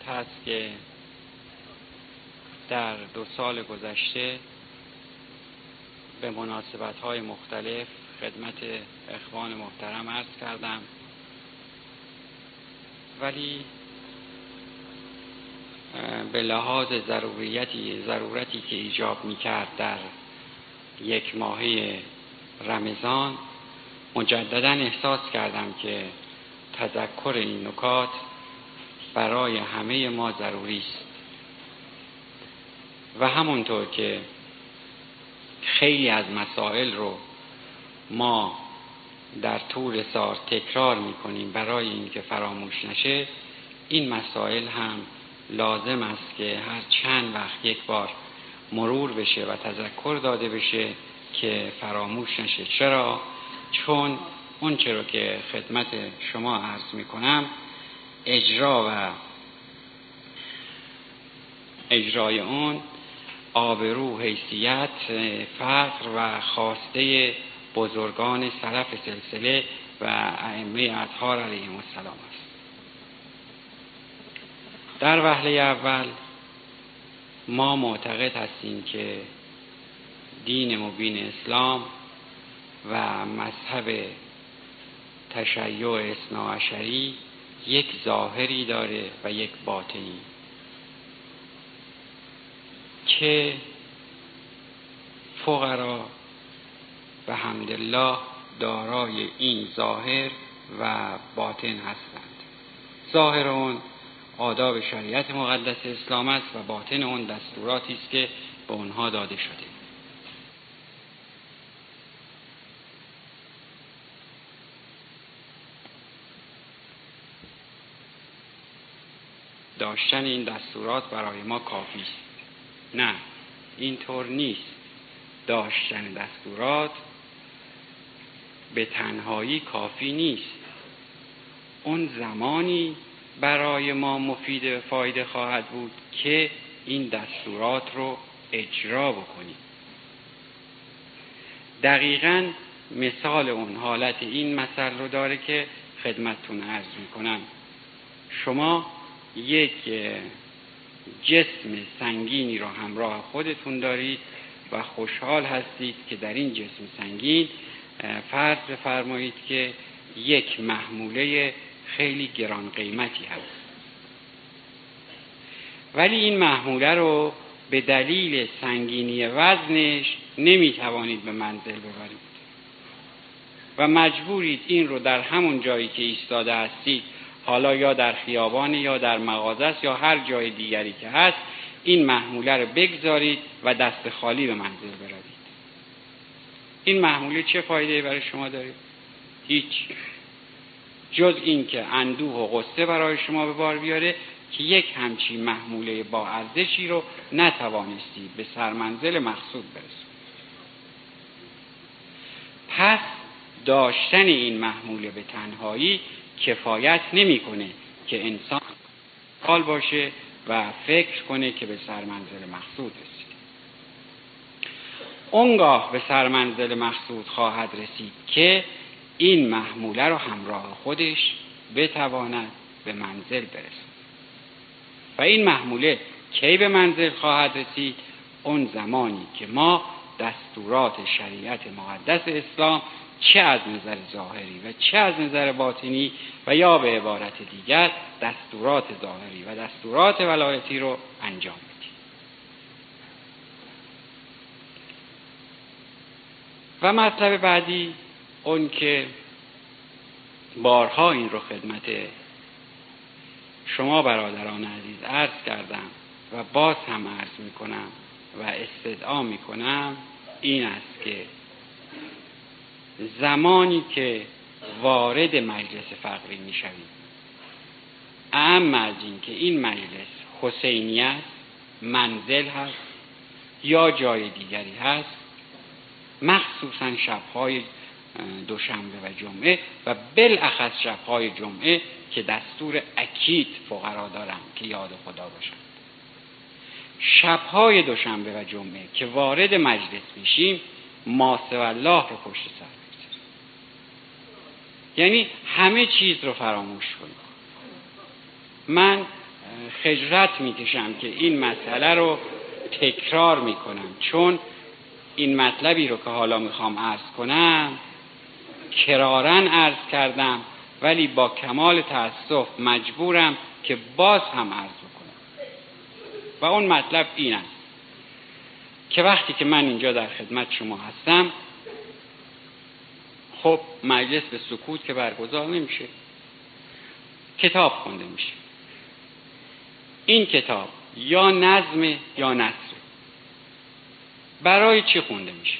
هست که در 2 سال گذشته به مناسبت‌های مختلف خدمت اخوان محترم عرض کردم، ولی به لحاظ ضرورتی که ایجاب می‌کرد در 1 ماهه رمضان مجدداً احساس کردم که تذکر این نکات برای همه ما ضروری است و همونطور که خیلی از مسائل رو ما در طول سال تکرار می‌کنیم برای اینکه فراموش نشه، این مسائل هم لازم است که هر چند وقت یک بار مرور بشه و تذکر داده بشه که فراموش نشه. چرا؟ چون اون چرا که خدمت شما عرض میکنم اجرای اون آبرو، حیثیت، فقر و خواسته بزرگان سلف سلسله و ائمه اطهار علیهم السلام است. در وهله اول ما معتقد هستیم که دین مبین اسلام و مذهب تشیع اثناعشری یک ظاهری داره و یک باطنی که فقرا به حمدالله دارای این ظاهر و باطن هستند. ظاهر اون آداب شریعت مقدس اسلام است و باطن اون دستوراتی است که به اونها داده شده. داشتن این دستورات برای ما کافی است؟ نه، اینطور نیست. داشتن دستورات به تنهایی کافی نیست. اون زمانی برای ما مفید و فایده خواهد بود که این دستورات رو اجرا بکنیم. دقیقاً مثال اون حالت این مثل رو داره که خدمتتون عرض میکنم. شما یک جسم سنگینی را همراه خودتون دارید و خوشحال هستید که در این جسم سنگین فرض بفرمایید که یک محموله خیلی گران قیمتی هست، ولی این محموله رو به دلیل سنگینی وزنش نمیتوانید به منزل ببرید و مجبورید این رو در همون جایی که ایستاده هستید، حالا یا در خیابان یا در مغازه است یا هر جای دیگری که هست، این محموله رو بگذارید و دست خالی به منزل بروید. این محموله چه فایده برای شما داره؟ هیچ، جز این که اندوه و غصه برای شما به بار بیاره که یک همچین محموله با ارزشی رو نتوانستید به سرمنزل مقصود برسونید. پس داشتن این محموله به تنهایی کفایت نمی‌کنه که انسان حال باشه و فکر کنه که به سرمنزل مقصود رسید. اونگاه به سرمنزل مقصود خواهد رسید که این محموله رو همراه خودش بتواند به منزل برسد. و این محموله کی به منزل خواهد رسید؟ اون زمانی که ما دستورات شریعت مقدس اسلام چه از نظر ظاهری و چه از نظر باطنی و یا به عبارت دیگر دستورات ظاهری و دستورات ولایتی رو انجام بدیم. و مطلب بعدی اون که بارها این رو خدمت شما برادران عزیز عرض کردم و باز هم عرض میکنم و استدعا میکنم، این است که زمانی که وارد مجلس فقری میشوید، اعم از این که این مجلس حسینی است، منزل هست یا جای دیگری هست، مخصوصا شبهای دوشنبه و جمعه و بالاخص شبهای جمعه که دستور اکید فقرا دارن که یاد خدا باشن، شبهای دوشنبه و جمعه که وارد مجلس میشیم ما سوی الله رو پشت سر بگذاریم، یعنی همه چیز رو فراموش کنیم. من خجلت میکشم که این مسئله رو تکرار میکنم، چون این مطلبی رو که حالا میخوام عرض کنم کرارن عرض کردم، ولی با کمال تأسف مجبورم که باز هم عرض بکنم. و اون مطلب این است که وقتی که من اینجا در خدمت شما هستم، خب مجلس به سکوت که برگزار نمیشه، کتاب خونده میشه. این کتاب یا نظم یا نثر. برای چی خونده میشه؟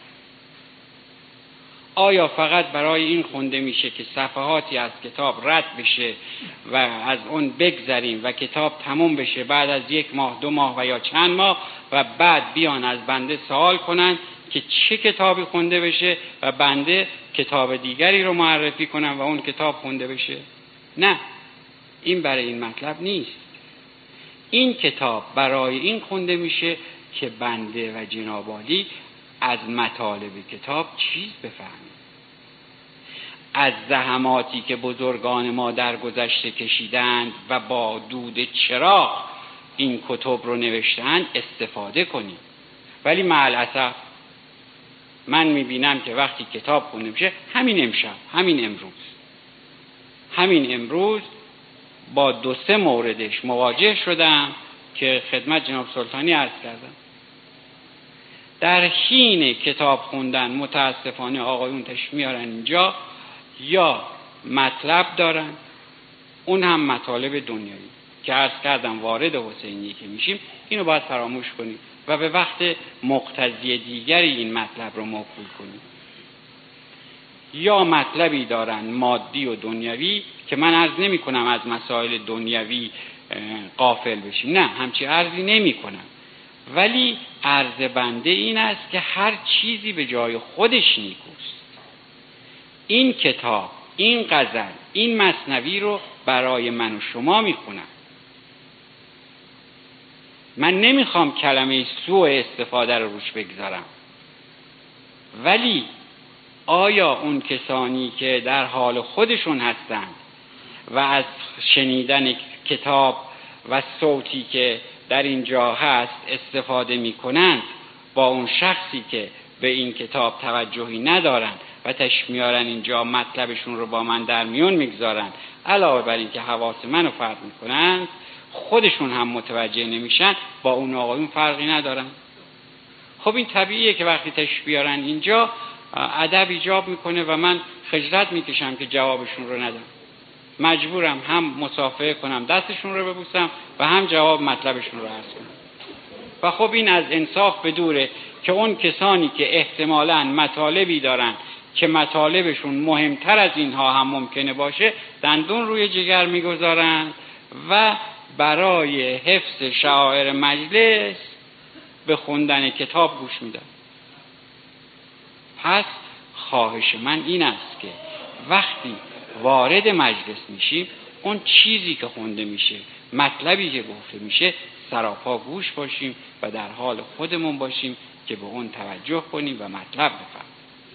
آیا فقط برای این خونده میشه که صفحاتی از کتاب رد بشه و از اون بگذریم و کتاب تموم بشه بعد از 1 ماه 2 ماه و یا چند ماه و بعد بیان از بنده سوال کنن که چه کتابی خونده بشه و بنده کتاب دیگری رو معرفی کنم و اون کتاب خونده بشه؟ نه، این برای این مطلب نیست. این کتاب برای این خونده میشه که بنده و جناب عالی از مطالب کتاب چیز بفهمید، از زحماتی که بزرگان ما در گذشته کشیدند و با دود چراغ این کتب رو نوشتند استفاده کنیم. ولی مع الاسف من میبینم که وقتی کتاب خونده میشه، همین امشب، همین امروز با 2-3 موردش مواجه شدم که خدمت جناب سلطانی عرض کردم. در حین کتاب خوندن متاسفانه آقایون تشریف میارن اینجا یا مطلب دارن، اون هم مطالب دنیایی که عرض کردم وارد حسینیه که میشیم، اینو باید فراموش کنیم و به وقت مقتضی دیگری این مطلب رو موکول کنیم. یا مطلبی دارن مادی و دنیوی که من عرض نمی کنم از مسائل دنیوی غافل بشیم، نه، همچی عرضی نمی کنم، ولی عرض بنده این است که هر چیزی به جای خودش نیکوست. این کتاب، این غزل، این مثنوی رو برای من و شما میخونم. من نمیخوام کلمه سوء استفاده رو روش بگذارم، ولی آیا اون کسانی که در حال خودشون هستند و از شنیدن کتاب و صوتی که در اینجا هست استفاده میکنند، با اون شخصی که به این کتاب توجهی ندارن و میارن اینجا مطلبشون رو با من در میون میگذارن، علاوه بر این که حواس منو فرق میکنن، خودشون هم متوجه نمیشن، با اون آقایون فرقی ندارن. خب این طبیعیه که وقتی بیارن اینجا ادب ایجاب میکنه و من خجلت میکشم که جوابشون رو ندم. مجبورم هم مصافحه کنم، دستشون رو ببوسم و هم جواب مطلبشون رو عرض کنم. و خب این از انصاف به دوره که اون کسانی که احتمالاً مطالبی دارن که مطالبشون مهمتر از اینها هم ممکنه باشه، دندون روی جگر میگذارن و برای حفظ شعائر مجلس به خوندن کتاب گوش میدن. پس خواهش من این است که وقتی وارد مجلس میشیم، اون چیزی که خونده میشه، مطلبی که گفته میشه، سراپا گوش باشیم و در حال خودمون باشیم که به اون توجه کنیم و مطلب بفهمیم.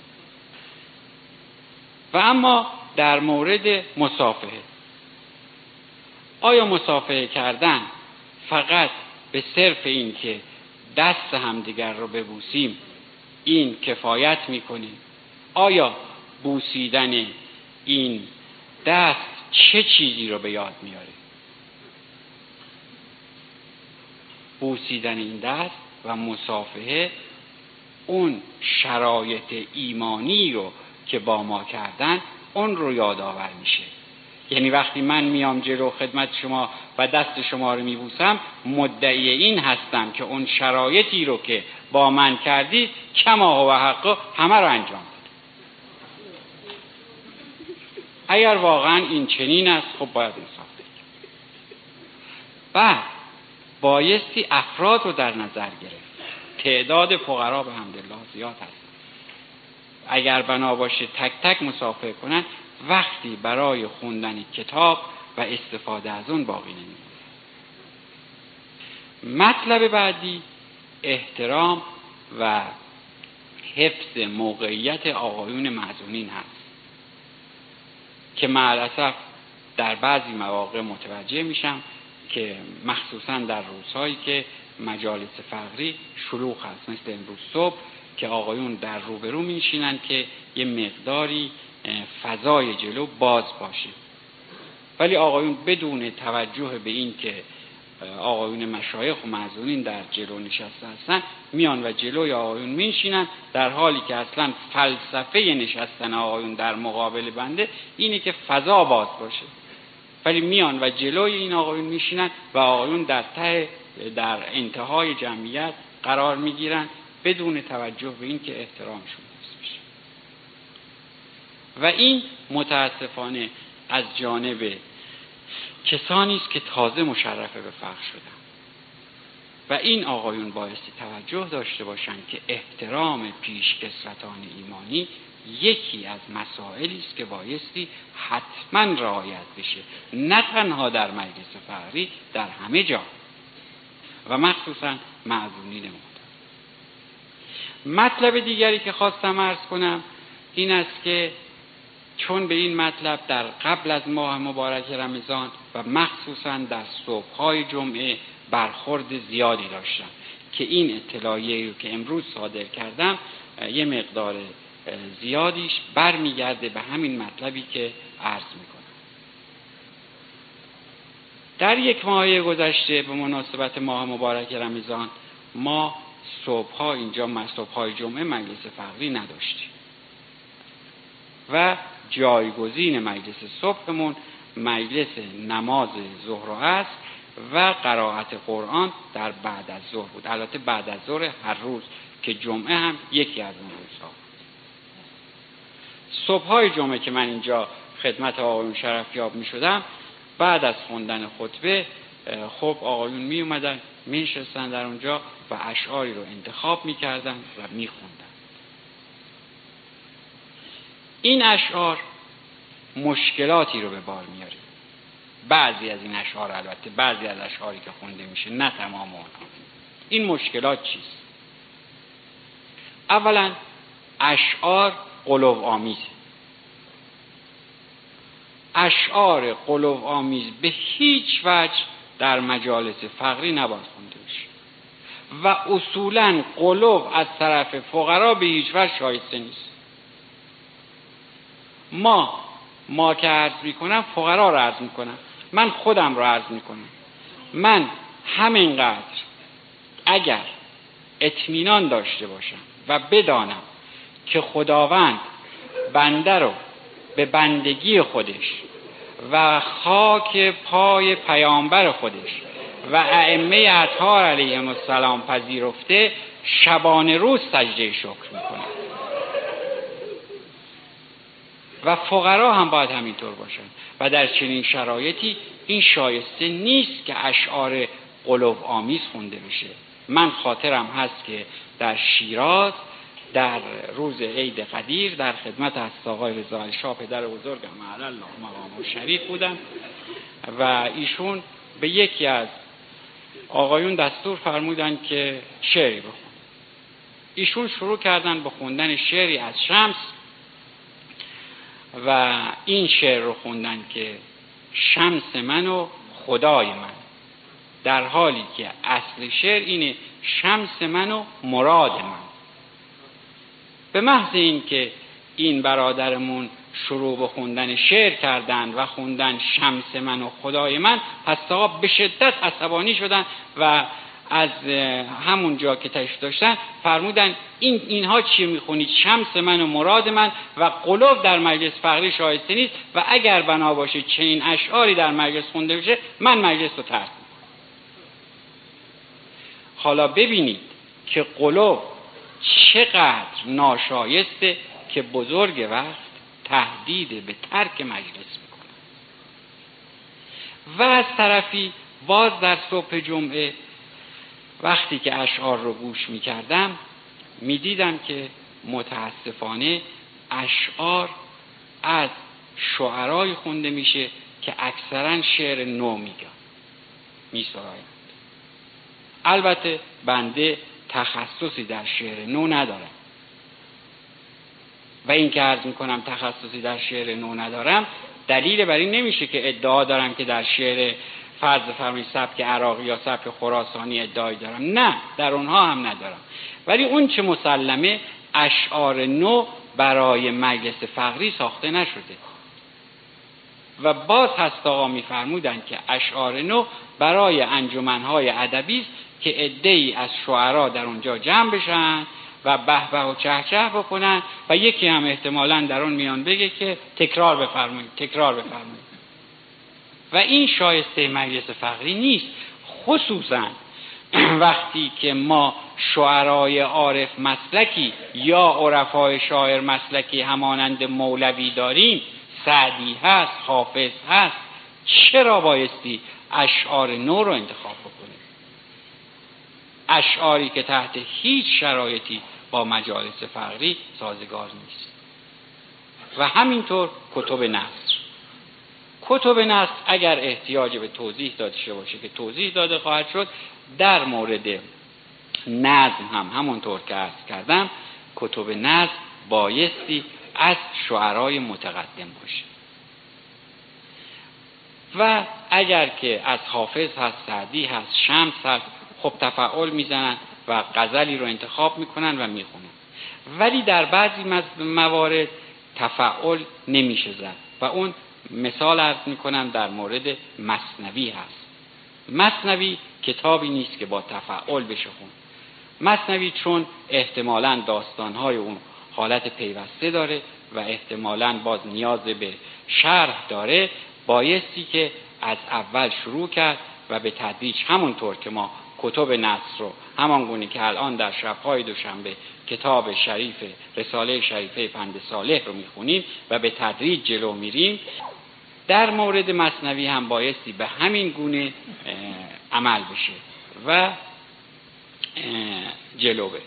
و اما در مورد مصافحه، آیا مصافحه کردن فقط به صرف این که دست همدیگر رو ببوسیم این کفایت میکنه؟ آیا بوسیدن این دست چه چیزی رو به یاد میاره؟ بوسیدن این دست و مصافحه اون شرایط ایمانی رو که با ما کردن، اون رو یادآور میشه. یعنی وقتی من میام جلو خدمت شما و دست شما رو میبوسم، مدعی این هستم که اون شرایطی رو که با من کردید کما و حقا همه رو انجام داد. اگر واقعا این چنین است، خب باید انصاف بگیم. بعد بایستی افراد رو در نظر گرفت. تعداد فقرا به حمدالله زیاد هست. اگر بنا باشه تک تک مصافحه کنن، وقتی برای خوندن کتاب و استفاده از اون باقی نمیمونه. مطلب بعدی احترام و حفظ موقعیت آقایون معزونین هست که مع الاسف در بعضی مواقع متوجه میشم که مخصوصا در روزهایی که مجالس فقری شلوغ هست، مثل امروز صبح که آقایون در روبرو میشینن که یه مقداری فضای جلو باز باشه، ولی آقایون بدون توجه به این که آقایون مشایخ و معزونین در جلو نشسته هستن میان و جلوی آقایون میشینن، در حالی که اصلا فلسفه نشستن آقایون در مقابل بنده اینه که فضا باز باشه، ولی میان و جلوی این آقایون میشینن و آقایون در انتهای جمعیت قرار میگیرن بدون توجه به این که احترامشون حفظ بشه. و این متاسفانه از جانب کسانی است که تازه مشرف به فقر شدن و این آقایون بایستی توجه داشته باشند که احترام پیشکسوتان ایمانی یکی از مسائلی است که بایستی حتما رعایت بشه، نه تنها در مجلس فقری، در همه جا و مخصوصا معزونین محترم. مطلب دیگری که خواستم عرض کنم این است که چون به این مطلب در قبل از ماه مبارک رمضان و مخصوصا در صبح‌های جمعه برخورد زیادی داشتم که این اطلاعیه‌ای رو که امروز صادر کردم یه مقدار زیادیش برمیگرده به همین مطلبی که عرض میکنم. در یک ماه گذشته به مناسبت ماه مبارک رمضان ما صبح‌های جمعه مجلس فقری نداشتیم و جایگزین مجلس صبحمون مجلس نماز ظهر و عصر و قرائت قرآن در بعد از ظهر بود. البته بعد از ظهر هر روز که جمعه هم یکی از اون روزها بود. صبح‌های جمعه که من اینجا خدمت آقایون شرفیاب می شدم، بعد از خوندن خطبه خب آقایون می اومدن می نشستن در اونجا و اشعاری رو انتخاب می کردن و می خوندن. این اشعار مشکلاتی رو به بار میاره. بعضی از این اشعار، البته بعضی از اشعاری که خونده میشه، نه تمام اونها. این مشکلات چیست؟ اولا اشعار قلوآمیز. اشعار قلوآمیز به هیچ وجه در مجالس فقری نباید خونده بشه و اصولاً قلو از طرف فقرا به هیچ وجه شایسته نیست. ما که عرض میکنم فقرا رو عرض میکنم، من خودم رو عرض میکنم. من همینقدر اگر اطمینان داشته باشم و بدانم که خداوند بنده رو به بندگی خودش و خاک پای پیامبر خودش و ائمه اطهار علیهم السلام پذیرفته، شبانه روز سجده شکر میکنم و فقرا هم باید همینطور باشن و در چنین شرایطی این شایسته نیست که اشعار قلوآمیز خونده بشه. من خاطرم هست که در شیراز در روز عید قدیر در خدمت حضرت آقای رضا علی شاه پدر بزرگم علی الله مقامه شریف بودم و ایشون به یکی از آقایون دستور فرمودن که شعری بخون. ایشون شروع کردن به خوندن شعری از شمس و این شعر رو خوندن که شمس من و خدای من، در حالی که اصل شعر اینه شمس من و مراد من. به محض این که این برادرمون شروع به خوندن شعر کردن و خوندن شمس من و خدای من، پس آقا به شدت عصبانی شدن و از همون جا که تشریف داشتن فرمودن اینها چی میخونید؟ شمس من و مراد من و قلوب در مجلس فقری شایسته نیست و اگر بنا باشه چنین اشعاری در مجلس خونده بشه من مجلس رو ترک میکنم. حالا ببینید که قلوب چقدر ناشایسته که بزرگ وقت تهدید به ترک مجلس میکنه. و از طرفی باز در صبح جمعه وقتی که اشعار رو گوش میکردم میدیدم که متاسفانه اشعار از شعرای خونده میشه که اکثرا شعر نو میسرایند. البته بنده تخصصی در شعر نو ندارم و این که عرض میکنم تخصصی در شعر نو ندارم دلیل بر این نمیشه که ادعا دارم که در شعر فرض بفرمایید سبک عراقی یا سبک خراسانی ادعای دارم، نه، در اونها هم ندارم. ولی اون چه مسلمه اشعار نو برای مجلس فقری ساخته نشده و باز هست آقا می‌فرمودند که اشعار نو برای انجمن‌های ادبی است که عده‌ای از شعرا در اونجا جمع بشن و به به و چه چه بکنن و یکی هم احتمالاً در اون میان بگه که تکرار بفرمایید. و این شایسته مجلس فقری نیست، خصوصاً وقتی که ما شعرای عارف مسلکی یا عرفای شاعر مسلکی همانند مولوی داریم، سعدی هست، حافظ هست، چرا بایستی اشعار نو رو انتخاب بکنیم؟ اشعاری که تحت هیچ شرایطی با مجالس فقری سازگار نیست. و همینطور کتب نثر اگر احتیاج به توضیح داشته باشه که توضیح داده خواهد شد. در مورد نظم هم همونطور که عرض کردم کتب نظم بایستی از شعرای متقدم باشه و اگر که از حافظ هست، سعدی هست، شمس هست، خب تفعول میزنن و غزلی رو انتخاب میکنن و میخونن. ولی در بعضی موارد تفعول نمیشه زد و اون مثال عرض میکنم در مورد مثنوی هست. مثنوی کتابی نیست که با تفعول بشه خوند. مثنوی چون احتمالاً داستانهای اون حالت پیوسته داره و احتمالاً باز نیاز به شرح داره، بایستی که از اول شروع کرد و به تدریج همونطور که ما کتب نثر رو همان گونه که الان در شب‌های دوشنبه کتاب شریف رساله شریفه پند صالح رو میخونیم و به تدریج جلو میریم، در مورد مثنوی هم بایستی به همین گونه عمل بشه و جلو بره.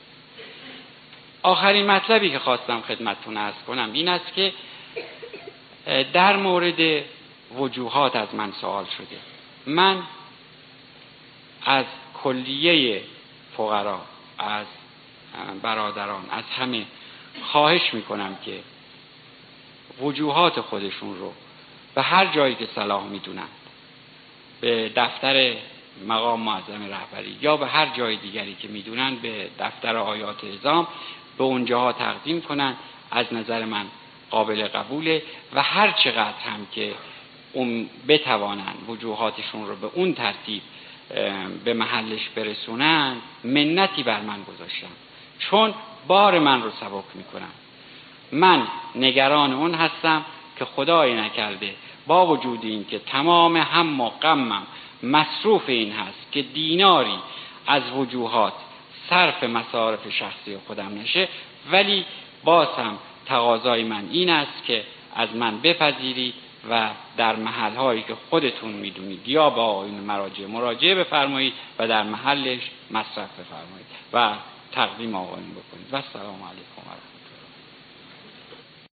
آخرین مطلبی که خواستم خدمتتون عرض کنم این است که در مورد وجوهات از من سوال شده. من از کلیه فقرا، از برادران، از همه خواهش میکنم که وجوهات خودشون رو به هر جایی که صلاح میدونند به دفتر مقام معظم رهبری یا به هر جای دیگری که میدونن به دفتر آیات اعظام به اونجاها تقدیم کنن. از نظر من قابل قبوله و هر چقدر هم که اون بتوانن وجوهاتشون رو به اون ترتیب به محلش برسونن منتی بر من گذاشتم، چون بار من رو سبک میکنم. من نگران اون هستم که خدای نکرده با وجود این که تمام هم و غمم مصروف این هست که دیناری از وجوهات صرف مصارف شخصی خودم نشه، ولی باز هم تقاضای من این است که از من بپذیرید و در محل‌هایی که خودتون میدونید یا با آیین مراجعه بفرمایید و در محلش مصرف بفرمایید و تقدیم آقایون بکنید. و السلام علیکم و رحمت الله.